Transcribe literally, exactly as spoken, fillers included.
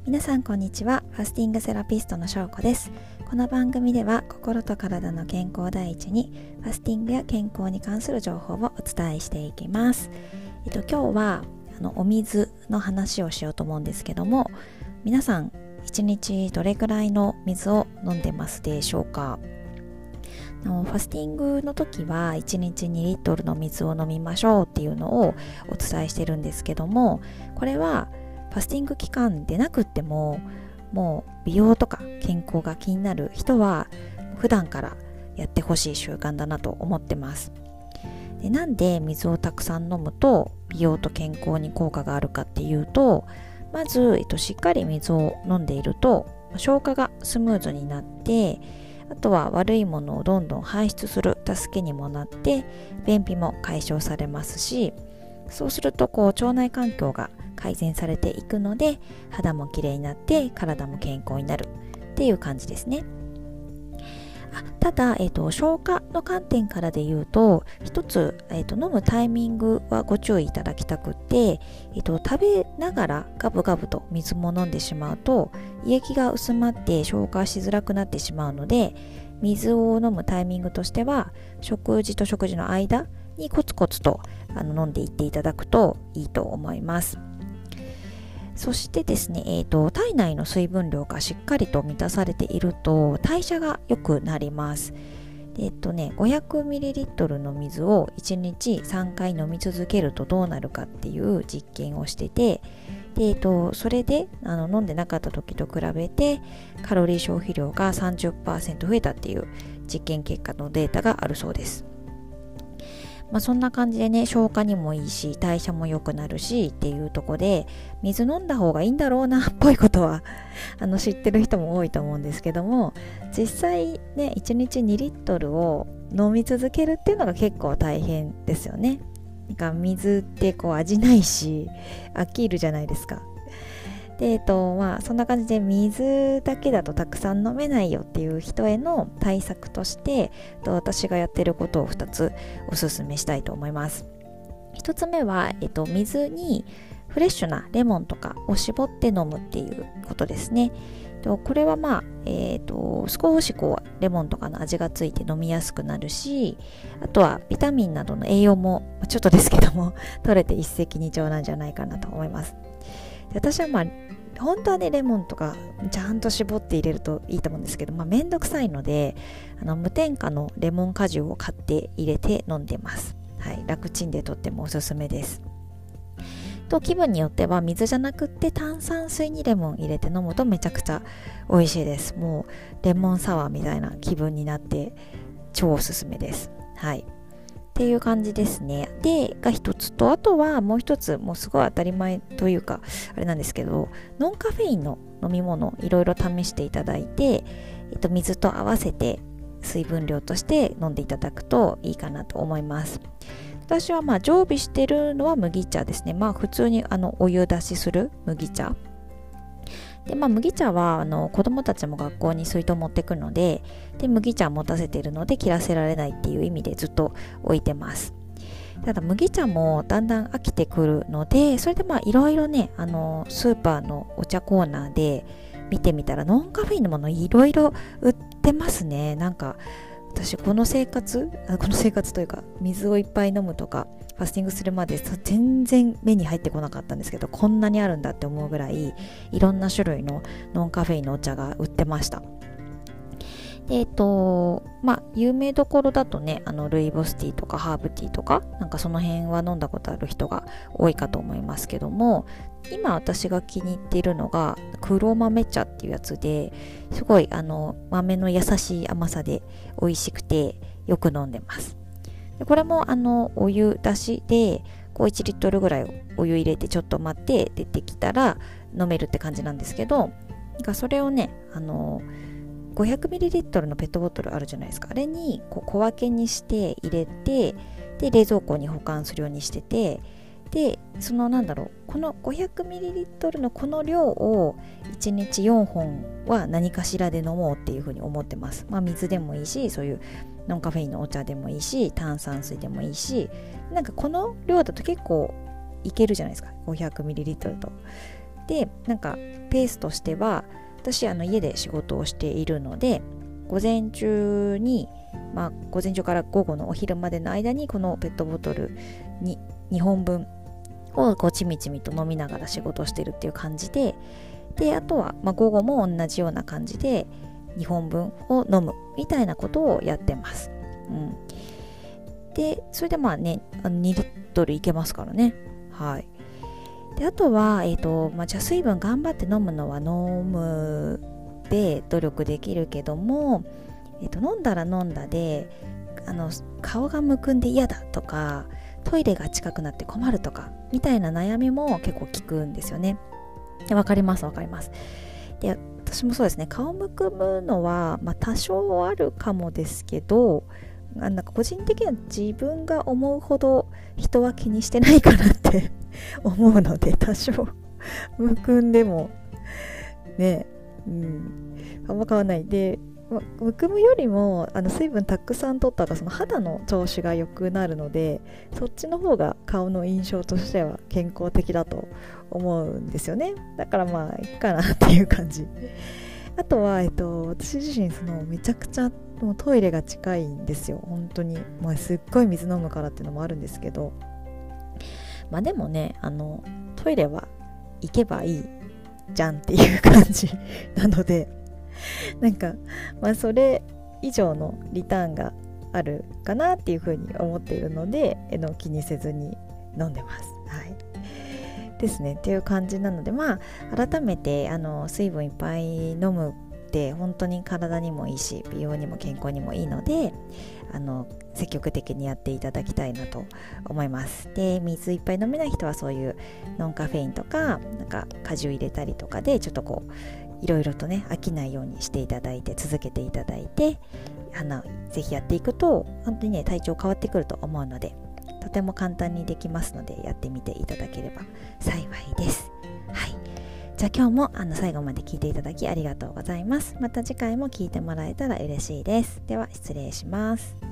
皆さんこんにちは。ファスティングセラピストのしょうこです。この番組では心と体の健康第一にファスティングや健康に関する情報をお伝えしていきます。えっと、今日はあのお水の話をしようと思うんですけども、皆さんいちにちどれくらいの水を飲んでますでしょうか？ファスティングの時はいちにちにリットルの水を飲みましょうっていうのをお伝えしてるんですけども、これはファスティング期間でなくっても、もう美容とか健康が気になる人は普段からやってほしい習慣だなと思ってます。で、なんで水をたくさん飲むと美容と健康に効果があるかっていうと、まず、えっと、しっかり水を飲んでいると消化がスムーズになって、あとは悪いものをどんどん排出する助けにもなって便秘も解消されますし、そうするとこう腸内環境が改善されていくので肌もきれいになって体も健康になるっていう感じですね。あただ、えーと、消化の観点からで言うと一つ、えーと、飲むタイミングはご注意いただきたくって、えーと、食べながらガブガブと水も飲んでしまうと胃液が薄まって消化しづらくなってしまうので、水を飲むタイミングとしては食事と食事の間にコツコツとあの飲んでいっていただくといいと思います。そしてですね、えーと、体内の水分量がしっかりと満たされていると代謝が良くなります。えっとね、ごひゃくミリリットル の水をいちにちさんかい飲み続けるとどうなるかっていう実験をしてて、で、えっと、それであの飲んでなかった時と比べてカロリー消費量が さんじゅっパーセント 増えたっていう実験結果のデータがあるそうです。まあ、そんな感じでね、消化にもいいし代謝も良くなるしっていうところで水飲んだ方がいいんだろうなっぽいことはあの知ってる人も多いと思うんですけども、実際ねいちにちにリットルを飲み続けるっていうのが結構大変ですよね。なんか水ってこう味ないし飽きるじゃないですか。で、えっとまあそんな感じで水だけだとたくさん飲めないよっていう人への対策として、私がやってることをふたつおすすめしたいと思います。ひとつめは、えっと、水にフレッシュなレモンとかを絞って飲むっていうことですね。これはまあ、えっと、少しこうレモンとかの味がついて飲みやすくなるし、あとはビタミンなどの栄養もちょっとですけども取れて一石二鳥なんじゃないかなと思います。私はまあ本当はねレモンとかちゃんと絞って入れるといいと思うんですけど、まあ、めんどくさいのであの無添加のレモン果汁を買って入れて飲んでます。はい、楽ちんでとってもおすすめです。と気分によっては水じゃなくって炭酸水にレモン入れて飲むとめちゃくちゃ美味しいです。もうレモンサワーみたいな気分になって超おすすめです。はい。っていう感じですね。で、が一つと、あとはもう一つ、もうすごい当たり前というか、あれなんですけど、ノンカフェインの飲み物、いろいろ試していただいて、えっと、水と合わせて水分量として飲んでいただくといいかなと思います。私はまあ常備してるのは麦茶ですね。まあ普通にあのお湯出しする麦茶。でまあ、麦茶はあの子供たちも学校に水筒持ってくるので、で麦茶持たせているので切らせられないっていう意味でずっと置いてます。ただ麦茶もだんだん飽きてくるので、それでまあいろいろねあのスーパーのお茶コーナーで見てみたらノンカフェインのものいろいろ売ってますね。なんか私この生活この生活というか水をいっぱい飲むとかファスティングするまで全然目に入ってこなかったんですけど、こんなにあるんだって思うぐらいいろんな種類のノンカフェインのお茶が売ってました。でえっとまあ有名どころだとねあのルイボスティーとかハーブティーとかなんかその辺は飲んだことある人が多いかと思いますけども、今私が気に入っているのが黒豆茶っていうやつで、すごいあの豆の優しい甘さで美味しくてよく飲んでます。でこれもあのお湯出しでこういちリットルぐらいお湯入れてちょっと待って出てきたら飲めるって感じなんですけど、なんかそれをねあのごひゃくミリリットル のペットボトルあるじゃないですか。あれにこう小分けにして入れて、で冷蔵庫に保管するようにしてて、でそのなんだろうこの ごひゃくミリリットル のこの量をいちにちよんほんは何かしらで飲もうっていうふうに思ってます。まあ水でもいいし、そういうノンカフェインのお茶でもいいし、炭酸水でもいいし、なんかこの量だと結構いけるじゃないですか。 ごひゃくミリリットル とでなんかペースとしては、私あの家で仕事をしているので、午前中に、まあ、午前中から午後のお昼までの間にこのペットボトルににほんぶんをこうちみちみと飲みながら仕事をしてるっていう感じで、であとは、まあ、午後も同じような感じでにほんぶんを飲むみたいなことをやってます。うん、でそれでまあねにリットルいけますからね。はい。であとは、えーとまあ、じゃあ水分頑張って飲むのは飲むで努力できるけども、えーと飲んだら飲んだであの顔がむくんで嫌だとか、トイレが近くなって困るとかみたいな悩みも結構聞くんですよね。わかりますわかります。で私もそうですね、顔むくむのは、まあ、多少あるかもですけど、なんか個人的には自分が思うほど人は気にしてないかなって思うので、多少むくんでもね、うん、あんま変わらないで、むくむよりもあの水分たくさん取ったらその肌の調子が良くなるので、そっちの方が顔の印象としては健康的だと思うんですよね。だからまあいいかなっていう感じ。あとは、えっと、私自身そのめちゃくちゃもうトイレが近いんですよ。本当に、まあ、すっごい水飲むからっていうのもあるんですけど、まあでもね、あのトイレは行けばいいじゃんっていう感じなので、なんか、まあ、それ以上のリターンがあるかなっていうふうに思っているので、えの気にせずに飲んでます。はいですねっていう感じなので、まあ改めてあの水分いっぱい飲むって本当に体にもいいし、美容にも健康にもいいので、あの積極的にやっていただきたいなと思います。で水いっぱい飲めない人はそういうノンカフェインとかなんか果汁入れたりとかでちょっとこういろいろとね飽きないようにしていただいて、続けていただいて、あのぜひやっていくと本当にね体調変わってくると思うので、とても簡単にできますのでやってみていただければ幸いです。はい、じゃあ今日もあの最後まで聞いていただきありがとうございます。また次回も聞いてもらえたら嬉しいです。では失礼します。